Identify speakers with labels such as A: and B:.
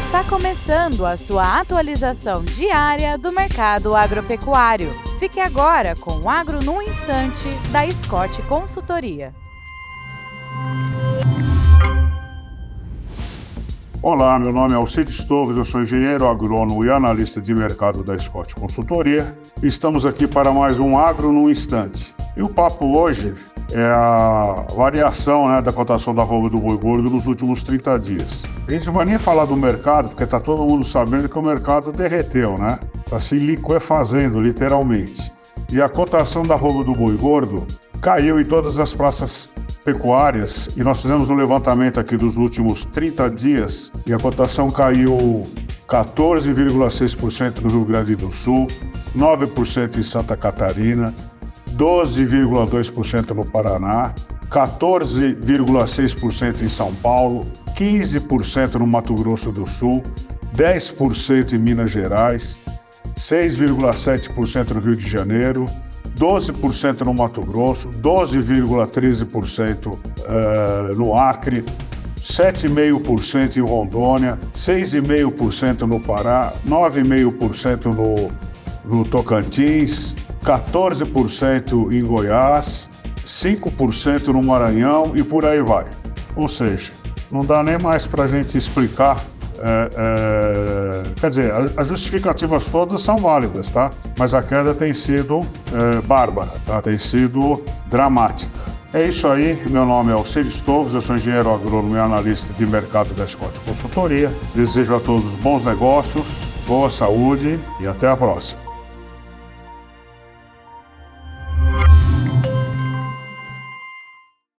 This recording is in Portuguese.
A: Está começando a sua atualização diária do mercado agropecuário. Fique agora com o Agro no Instante, da Scott Consultoria.
B: Olá, meu nome é Alcides Torres, eu sou engenheiro agrônomo e analista de mercado da Scott Consultoria. Estamos aqui para mais um Agro no Instante. E o papo hoje é a variação da cotação da arroba do boi gordo nos últimos 30 dias. A gente não vai nem falar do mercado, porque está todo mundo sabendo que o mercado derreteu, né? Está se liquefazendo, literalmente. E a cotação da arroba do boi gordo caiu em todas as praças pecuárias, e nós fizemos um levantamento aqui dos últimos 30 dias, e a cotação caiu 14,6% no Rio Grande do Sul, 9% em Santa Catarina, 12,2% no Paraná, 14,6% em São Paulo, 15% no Mato Grosso do Sul, 10% em Minas Gerais, 6,7% no Rio de Janeiro, 12% no Mato Grosso, 12,13% no Acre, 7,5% em Rondônia, 6,5% no Pará, 9,5% no Tocantins, 14% em Goiás, 5% no Maranhão e por aí vai. Ou seja, não dá nem mais para a gente explicar. Quer dizer, as justificativas todas são válidas, tá? Mas a queda tem sido bárbara, tá? Tem sido dramática. É isso aí, meu nome é Alcides Torres, eu sou engenheiro agrônomo e analista de mercado da Scott Consultoria. Desejo a todos bons negócios, boa saúde e até a próxima.